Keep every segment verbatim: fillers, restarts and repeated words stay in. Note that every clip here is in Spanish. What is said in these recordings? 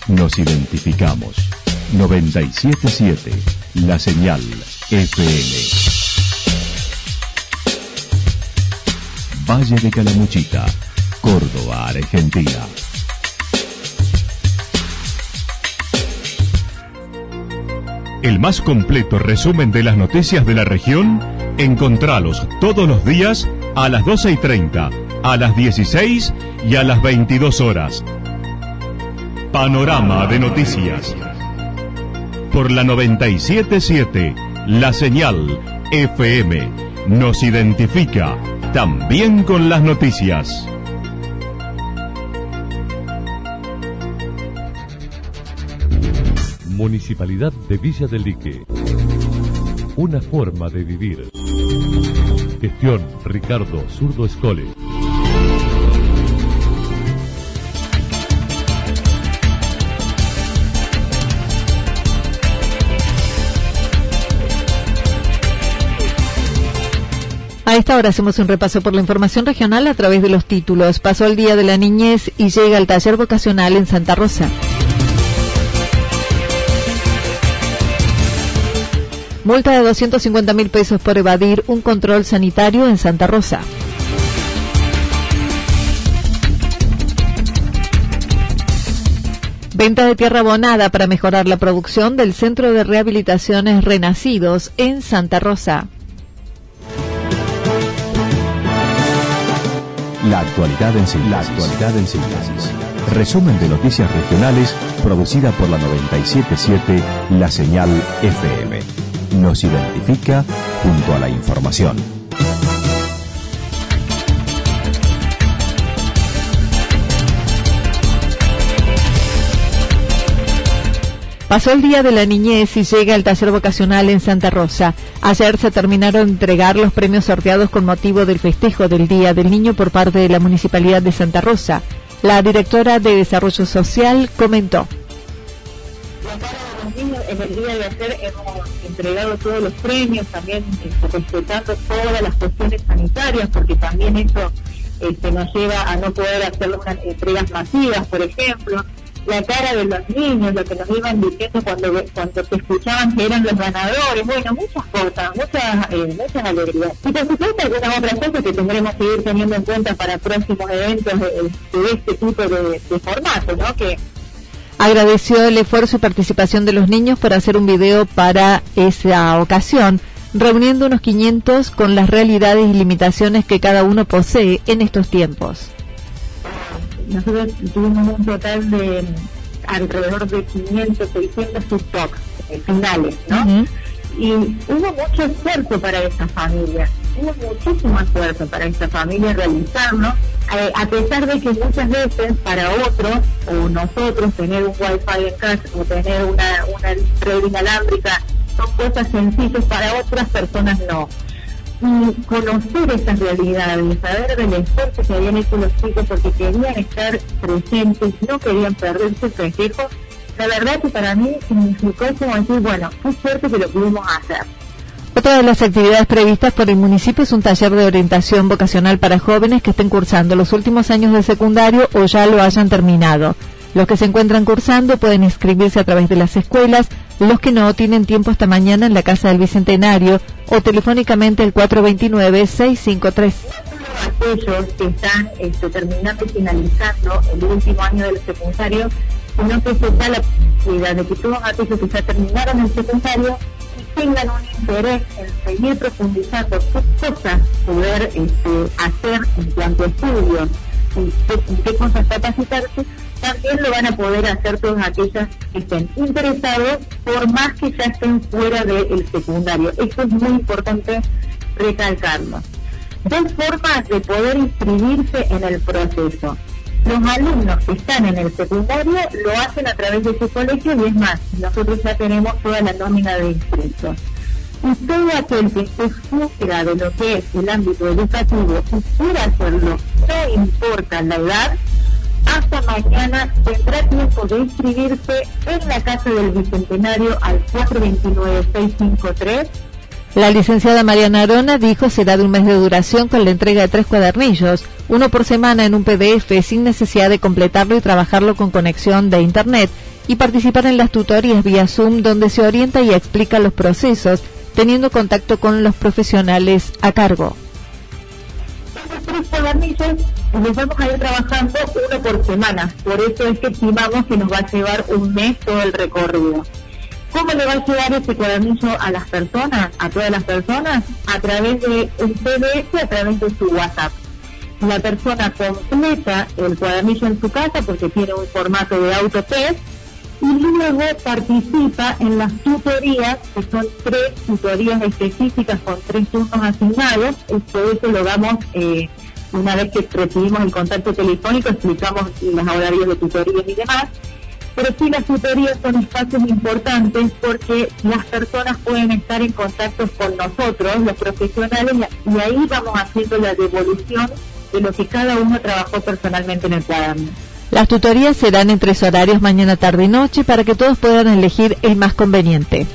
nos identificamos. noventa y siete punto siete, La Señal F M. Valle de Calamuchita, Córdoba, Argentina. El más completo resumen de las noticias de la región, encontralos todos los días a las doce y treinta, a las dieciséis y a las veintidós horas. Panorama de noticias. Por la noventa y siete punto siete, La Señal F M nos identifica también con las noticias. Municipalidad de Villa del Lique. Una forma de vivir. Gestión Ricardo Zurdo Escole. A esta hora hacemos un repaso por la información regional a través de los títulos. Pasó el Día de la Niñez y llega el taller vocacional en Santa Rosa. Multa de doscientos cincuenta mil pesos por evadir un control sanitario en Santa Rosa. Venta de tierra abonada para mejorar la producción del Centro de Rehabilitaciones Renacidos en Santa Rosa. La actualidad en síntesis. La actualidad en síntesis. Resumen de noticias regionales producida por la noventa y siete punto siete, La Señal F M. Nos identifica junto a la información. Pasó el Día de la Niñez y llega el taller vocacional en Santa Rosa. Ayer se terminaron de entregar los premios sorteados con motivo del festejo del Día del Niño por parte de la Municipalidad de Santa Rosa. La directora de Desarrollo Social comentó. En el día de ayer hemos entregado todos los premios, también este, respetando todas las cuestiones sanitarias, porque también eso este, nos lleva a no poder hacer unas entregas masivas, por ejemplo. La cara de los niños, lo que nos iban diciendo cuando cuando se escuchaban que eran los ganadores, bueno, muchas cosas, muchas eh, muchas alegrías. Y por supuesto algunas otras cosas que tendremos que ir teniendo en cuenta para próximos eventos de, de este tipo de, de formato, ¿no? Que agradeció el esfuerzo y participación de los niños por hacer un video para esa ocasión, reuniendo unos quinientos con las realidades y limitaciones que cada uno posee en estos tiempos. Nosotros tuvimos un total de alrededor de quinientos, seiscientos TikToks eh, finales, ¿no? Uh-huh. Y hubo mucho esfuerzo para esa familia, hubo muchísimo esfuerzo para esa familia realizarlo, eh, a pesar de que muchas veces para otros, o nosotros, tener un wifi en casa o tener una, una red inalámbrica son cosas sencillas, para otras personas no. Y conocer esas realidades, saber del esfuerzo que habían hecho los chicos porque querían estar presentes, no querían perderse el festejo, la verdad que para mí significó como decir, bueno, qué suerte que lo pudimos hacer. Otra de las actividades previstas por el municipio es un taller de orientación vocacional para jóvenes que estén cursando los últimos años de secundario o ya lo hayan terminado. Los que se encuentran cursando pueden inscribirse a través de las escuelas, los que no tienen tiempo hasta mañana en la Casa del Bicentenario o telefónicamente el cuatro dos nueve, seis cinco tres. Aquellos que están este, terminando y finalizando el último año del secundario, sino que se da la posibilidad de que todos aquellos que ya terminaron el secundario y tengan un interés en seguir profundizando qué cosas poder este, hacer en cuanto a estudios y qué, qué cosas capacitarse, también lo van a poder hacer todos aquellos que estén interesados, por más que ya estén fuera del secundario. Esto es muy importante recalcarlo. Dos formas de poder inscribirse en el proceso. Los alumnos que están en el secundario lo hacen a través de su colegio y es más, nosotros ya tenemos toda la nómina de inscritos. Y todo aquel que esté fuera de lo que es el ámbito educativo y quiera hacerlo, no importa la edad, hasta mañana tendrá tiempo de inscribirse en la Casa del Bicentenario al cuatro dos nueve, seis cinco tres. La licenciada Mariana Arona dijo será de un mes de duración con la entrega de tres cuadernillos, uno por semana en un P D F sin necesidad de completarlo y trabajarlo con conexión de internet, y participar en las tutorías vía Zoom, donde se orienta y explica los procesos, teniendo contacto con los profesionales a cargo. Estos tres cuadernillos los vamos a ir trabajando uno por semana, por eso es que estimamos que nos va a llevar un mes todo el recorrido. ¿Cómo le va a llegar ese cuadernillo a las personas, a todas las personas? A través de un P D F, a través de su WhatsApp. La persona completa el cuadernillo en su casa porque tiene un formato de autotest y luego participa en las tutorías, que son tres tutorías específicas con tres turnos asignados. Todo eso lo damos, eh, una vez que recibimos el contacto telefónico, explicamos los horarios de tutorías y demás. Pero sí, las tutorías son espacios importantes porque las personas pueden estar en contacto con nosotros, los profesionales, y ahí vamos haciendo la devolución de lo que cada uno trabajó personalmente en el cuaderno. Las tutorías serán en tres horarios, mañana, tarde y noche, para que todos puedan elegir el más conveniente.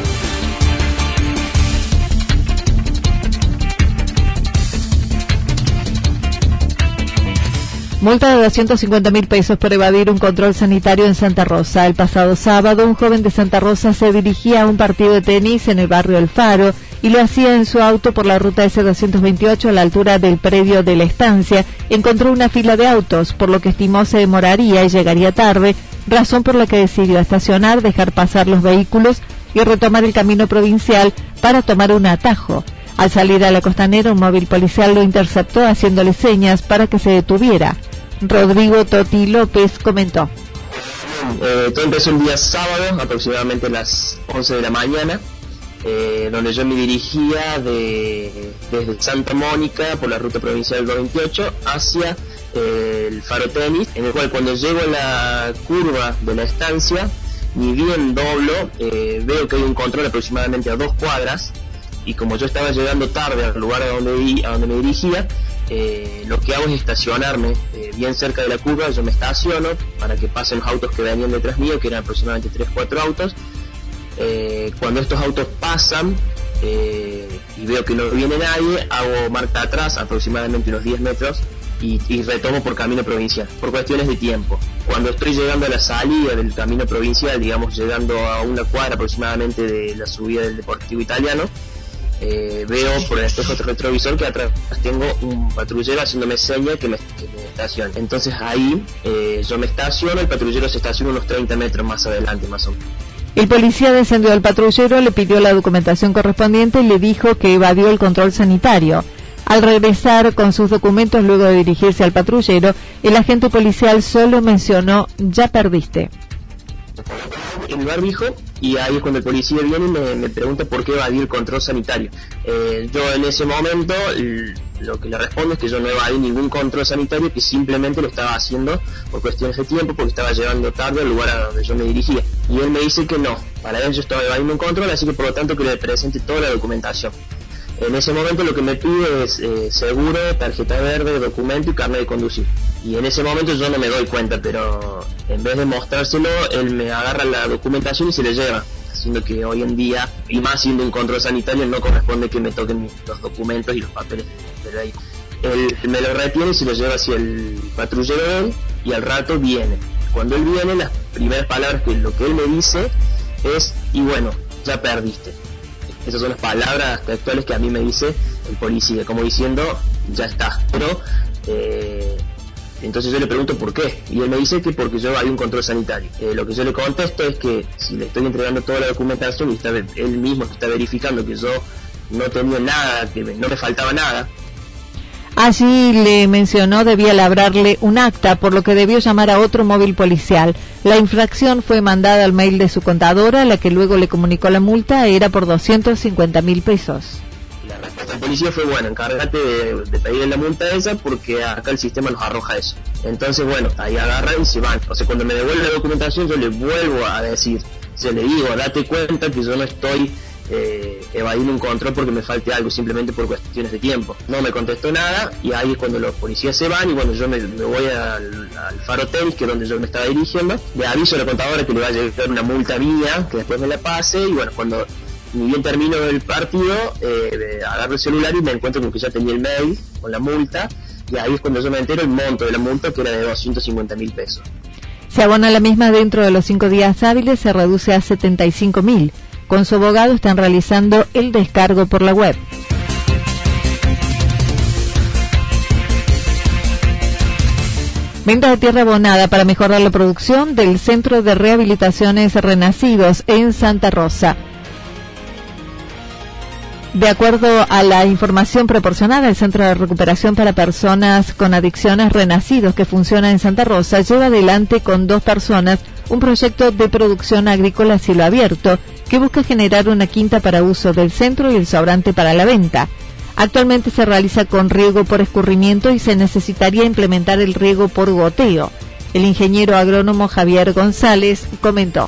Multa de doscientos cincuenta mil pesos por evadir un control sanitario en Santa Rosa. El pasado sábado, un joven de Santa Rosa se dirigía a un partido de tenis en el barrio El Faro y lo hacía en su auto por la ruta ese doscientos veintiocho a la altura del predio de la estancia. Encontró una fila de autos, por lo que estimó se demoraría y llegaría tarde, razón por la que decidió estacionar, dejar pasar los vehículos y retomar el camino provincial para tomar un atajo. Al salir a la costanera, un móvil policial lo interceptó haciéndole señas para que se detuviera. Rodrigo Toti López comentó. Eh, todo empezó el día sábado, aproximadamente a las once de la mañana, eh, donde yo me dirigía de, desde Santa Mónica por la ruta provincial doscientos veintiocho hacia eh, el Faro Tenis, en el cual cuando llego a la curva de la estancia, ni bien doblo, eh, veo que hay un control aproximadamente a dos cuadras, y como yo estaba llegando tarde al lugar a donde, a donde me dirigía, eh, lo que hago es estacionarme eh, bien cerca de la curva. Yo me estaciono para que pasen los autos que venían detrás mío, que eran aproximadamente tres cuatro autos. Eh, cuando estos autos pasan eh, y veo que no viene nadie, hago marcha atrás aproximadamente unos diez metros y, y retomo por camino provincial, por cuestiones de tiempo. Cuando estoy llegando a la salida del camino provincial, digamos llegando a una cuadra aproximadamente de la subida del Deportivo Italiano, Eh, veo por el espejo retrovisor que atrás tengo un patrullero haciéndome señas que me, que me estacione. Entonces ahí eh, yo me estaciono, el patrullero se estaciona unos treinta metros más adelante más o menos. El policía descendió al patrullero, le pidió la documentación correspondiente y le dijo que evadió el control sanitario. Al regresar con sus documentos luego de dirigirse al patrullero, el agente policial solo mencionó: ya perdiste. El barbijo, y ahí es cuando el policía viene y me, me pregunta por qué evadí el control sanitario. Eh, yo en ese momento lo que le respondo es que yo no evadí ningún control sanitario, que simplemente lo estaba haciendo por cuestiones de tiempo, porque estaba llegando tarde al lugar a donde yo me dirigía. Y él me dice que no, para él yo estaba evadiendo un control, así que por lo tanto que le presente toda la documentación. En ese momento lo que me pide es eh, seguro, tarjeta verde, documento y carnet de conducir. Y en ese momento yo no me doy cuenta, pero en vez de mostrárselo, él me agarra la documentación y se le lleva, haciendo que hoy en día, y más siendo un control sanitario, no corresponde que me toquen los documentos y los papeles del vehículo. Él me lo retiene y se lo lleva hacia el patrullero de él, y al rato viene. Cuando él viene, las primeras palabras que lo que él me dice es: y bueno, ya perdiste. Esas son las palabras textuales que a mí me dice el policía, como diciendo: ya está. Pero eh, entonces yo le pregunto por qué, y él me dice que porque yo hay un control sanitario. Eh, lo que yo le contesto es que si le estoy entregando toda la documentación y está, él mismo está verificando que yo no tenía nada, que no me faltaba nada. Allí le mencionó debía labrarle un acta, por lo que debió llamar a otro móvil policial. La infracción fue mandada al mail de su contadora, la que luego le comunicó la multa, era por doscientos cincuenta mil pesos. La respuesta del policía fue: bueno, encárgate de, de pedirle la multa esa, porque acá el sistema nos arroja eso. Entonces, bueno, ahí agarran y se van. O sea, cuando me devuelve la documentación, yo le vuelvo a decir, se le digo, date cuenta que yo no estoy eh, evadiendo un control porque me falte algo, simplemente por cuestiones de tiempo. No me contestó nada, y ahí es cuando los policías se van, y cuando yo me, me voy al, al Faro Tenis, que es donde yo me estaba dirigiendo, le aviso a la contadora que le va a llegar una multa mía, que después me la pase, y bueno, cuando ni bien termino el partido, eh, agarro el celular y me encuentro con que ya tenía el mail con la multa, y ahí es cuando yo me entero el monto de la multa, que era de doscientos cincuenta mil pesos. Si abona la misma dentro de los cinco días hábiles, se reduce a setenta y cinco mil. Con su abogado están realizando el descargo por la web. Venta de tierra abonada para mejorar la producción del Centro de Rehabilitaciones Renacidos en Santa Rosa. De acuerdo a la información proporcionada, el Centro de Recuperación para Personas con Adicciones Renacidos, que funciona en Santa Rosa, lleva adelante con dos personas un proyecto de producción agrícola a cielo abierto que busca generar una quinta para uso del centro y el sobrante para la venta. Actualmente se realiza con riego por escurrimiento y se necesitaría implementar el riego por goteo. El ingeniero agrónomo Javier González comentó.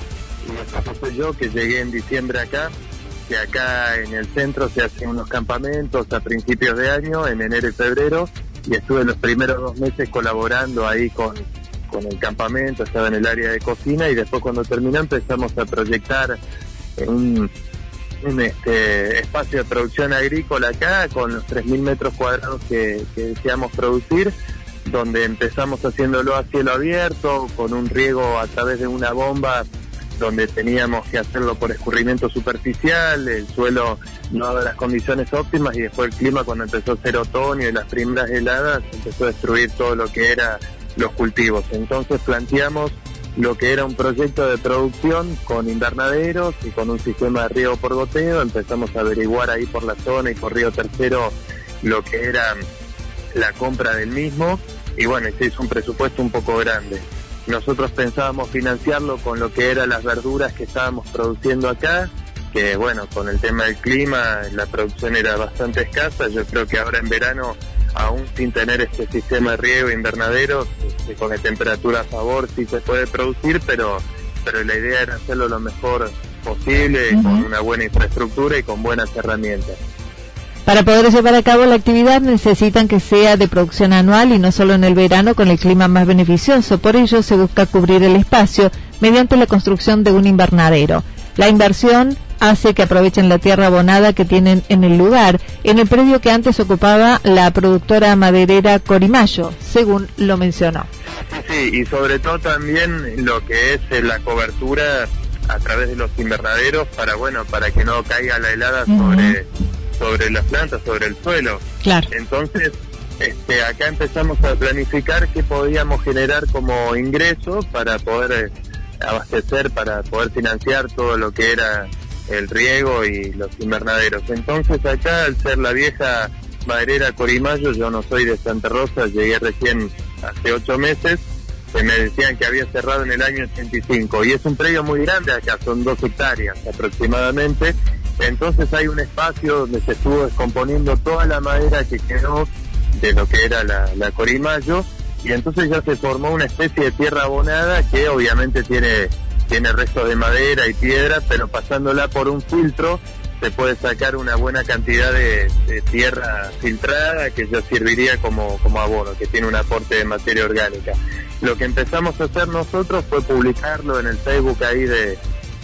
Soy yo que llegué en diciembre acá, que acá en el centro se hacen unos campamentos a principios de año, en enero y febrero, y estuve los primeros dos meses colaborando ahí con, con el campamento, estaba en el área de cocina, y después cuando terminó empezamos a proyectar un... un este, espacio de producción agrícola acá con los tres mil metros cuadrados que, que deseamos producir, donde empezamos haciéndolo a cielo abierto, con un riego a través de una bomba, donde teníamos que hacerlo por escurrimiento superficial, el suelo no daba las condiciones óptimas, y después el clima, cuando empezó a ser otoño y las primeras heladas, empezó a destruir todo lo que era los cultivos. Entonces planteamos lo que era un proyecto de producción con invernaderos y con un sistema de riego por goteo. Empezamos a averiguar ahí por la zona y por Río Tercero lo que era la compra del mismo, y bueno, se hizo un presupuesto un poco grande. Nosotros pensábamos financiarlo con lo que eran las verduras que estábamos produciendo acá, que bueno, con el tema del clima la producción era bastante escasa. Yo creo que ahora en verano, aún sin tener este sistema de riego invernadero, este, con la temperatura a favor sí se puede producir, pero pero la idea era hacerlo lo mejor posible, uh-huh, con una buena infraestructura y con buenas herramientas. Para poder llevar a cabo la actividad necesitan que sea de producción anual y no solo en el verano, con el clima más beneficioso. Por ello se busca cubrir el espacio mediante la construcción de un invernadero. La inversión hace que aprovechen la tierra abonada que tienen en el lugar, en el predio que antes ocupaba la productora maderera Corimayo, según lo mencionó. Sí, y sobre todo también lo que es la cobertura a través de los invernaderos, para bueno, para que no caiga la helada uh-huh. sobre sobre las plantas, sobre el suelo. Claro. Entonces, este, acá empezamos a planificar qué podíamos generar como ingreso para poder eh, abastecer, para poder financiar todo lo que era el riego y los invernaderos. Entonces acá, al ser la vieja maderera Corimayo, yo no soy de Santa Rosa, llegué recién hace ocho meses, que me decían que había cerrado en el año ochenta y cinco, y es un predio muy grande acá, son dos hectáreas aproximadamente. Entonces hay un espacio donde se estuvo descomponiendo toda la madera que quedó de lo que era la, la Corimayo, y entonces ya se formó una especie de tierra abonada que obviamente tiene tiene restos de madera y piedra, pero pasándola por un filtro se puede sacar una buena cantidad de, de tierra filtrada que ya serviría como, como abono, que tiene un aporte de materia orgánica. Lo que empezamos a hacer nosotros fue publicarlo en el Facebook ahí de...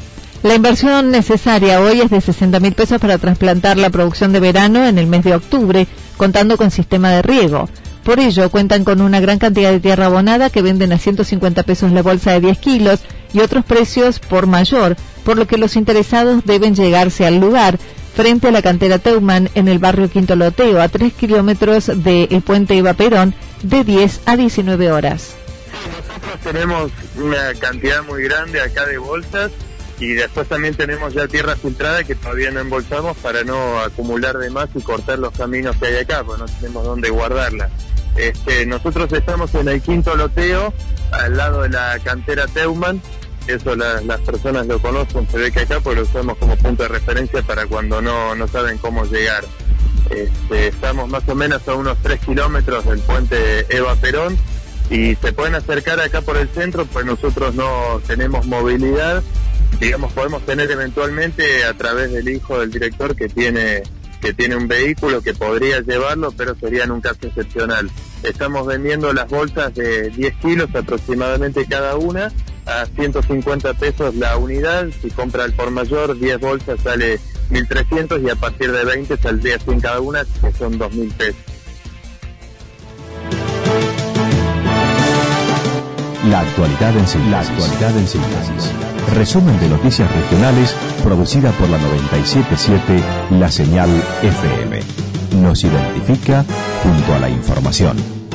La inversión necesaria hoy es de sesenta mil pesos para trasplantar la producción de verano en el mes de octubre, contando con sistema de riego. Por ello, cuentan con una gran cantidad de tierra abonada que venden a ciento cincuenta pesos la bolsa de diez kilos y otros precios por mayor, por lo que los interesados deben llegarse al lugar, frente a la cantera Teuman, en el barrio Quinto Loteo, a tres kilómetros del puente Eva Perón, de diez a diecinueve horas. Nosotros tenemos una cantidad muy grande acá de bolsas, y después también tenemos ya tierra filtrada que todavía no embolsamos para no acumular de más y cortar los caminos que hay acá, porque no tenemos dónde guardarla. Este, nosotros estamos en el Quinto Loteo, al lado de la cantera Teuman. Eso la, las personas lo conocen, se ve que acá pues lo usamos como punto de referencia para cuando no, no saben cómo llegar. Este, estamos más o menos a unos tres kilómetros del puente Eva Perón, y se pueden acercar acá por el centro, pues nosotros no tenemos movilidad. Digamos, podemos tener eventualmente a través del hijo del director que tiene que tiene un vehículo que podría llevarlo, pero sería en un caso excepcional. Estamos vendiendo las bolsas de diez kilos aproximadamente cada una, a ciento cincuenta pesos la unidad. Si compra el por mayor, diez bolsas sale mil trescientos, y a partir de veinte saldría cien cada una, que son dos mil pesos. La actualidad en síntesis. La actualidad en síntesis. Resumen de noticias regionales producida por la noventa y siete punto siete La Señal F M. Nos identifica junto a la información.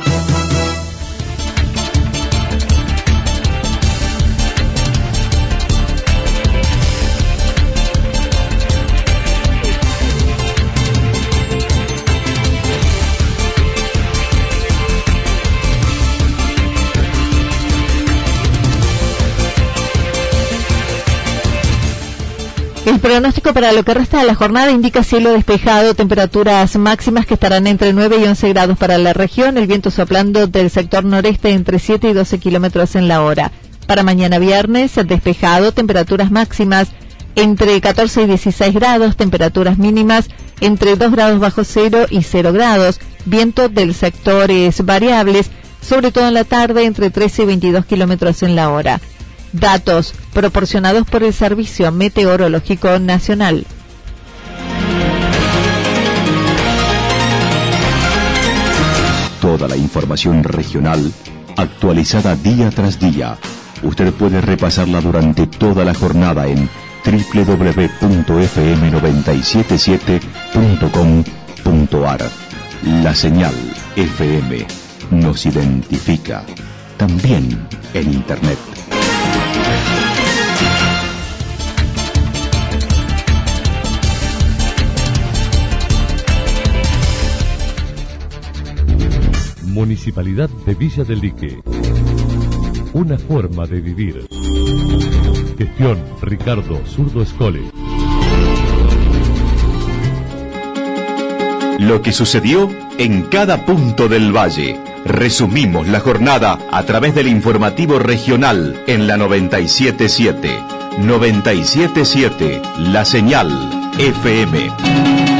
El pronóstico para lo que resta de la jornada indica cielo despejado, temperaturas máximas que estarán entre nueve y once grados para la región, el viento soplando del sector noreste entre siete y doce kilómetros en la hora. Para mañana viernes, despejado, temperaturas máximas entre catorce y dieciséis grados, temperaturas mínimas entre dos grados bajo cero y cero grados, viento del sectores variables, sobre todo en la tarde entre trece y veintidós kilómetros en la hora. Datos proporcionados por el Servicio Meteorológico Nacional. Toda la información regional actualizada día tras día. Usted puede repasarla durante toda la jornada en doble u doble u doble u punto f m noventa y siete siete punto com punto a r. La Señal F M nos identifica también en Internet. Municipalidad de Villa del Lique. Una forma de vivir. Gestión Ricardo Zurdo Escole. Lo que sucedió en cada punto del valle. Resumimos la jornada a través del informativo regional en la noventa y siete punto siete. noventa y siete punto siete La Señal F M.